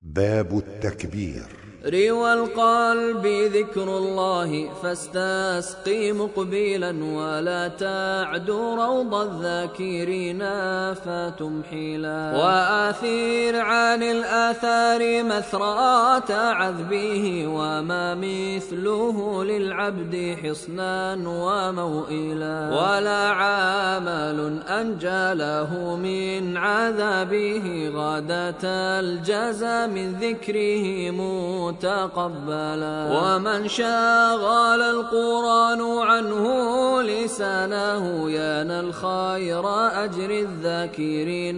باب التكبير. روى القلب ذكر الله فاستسقي مقبلا، ولا تعد روض الذاكرين فتمحلا. وآثر عن الآثار مثرات عذبه، وما مثله للعبد حصنا وموئلا. ولا عمل أنجى له من عذابه، غادة الجزى من ذكره تقبلا. ومن شغل القرآن عنه لسانه، ينال الخير أجر الذاكرين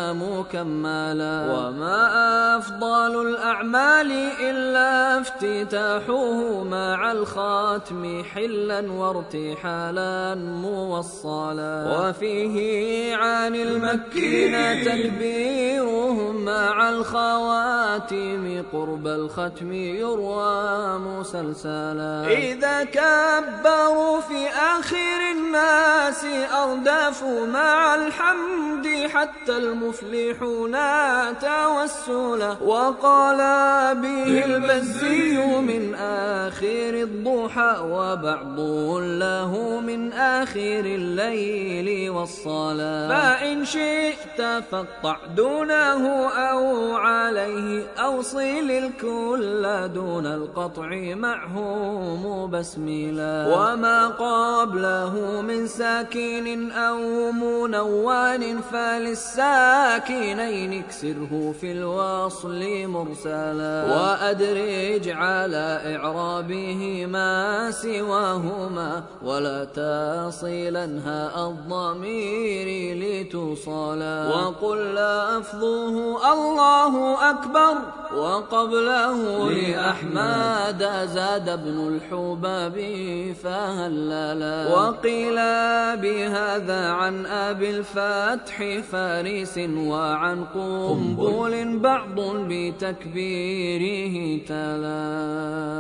مكملا. وما أفضل الأعمال إلا افتتاحه، مع الخاتم حلا وارتحالا موصلا. وفيه عن المكين تكبيرهم، مع الخواتم قرب الختم يروى مسلسلا. إذا كبروا في آخر الناس أردفوا، مع الحمد حتى المفلحون توسلا. وقال به البزي من آخر الضحى، وبعض له من آخر الليل والصلاة. فإن شئت فاقطع دونه أو عليه، أوصل الكل دون القطع معه مبسملا. وما قبله من ساكن أو منون، فللساكنين اكسره في الوصل مرسلا. وأدرج على إعرابه ما سواهما، ولا تصلنها الضمير لتصلا. وقل لفظه الله أكبر، وقبله لأحمد زاد ابن الحباب فهللا. وقيل بهذا عن أبي الفتح فارس، وعن قنبل بعض بتكبيره تلا.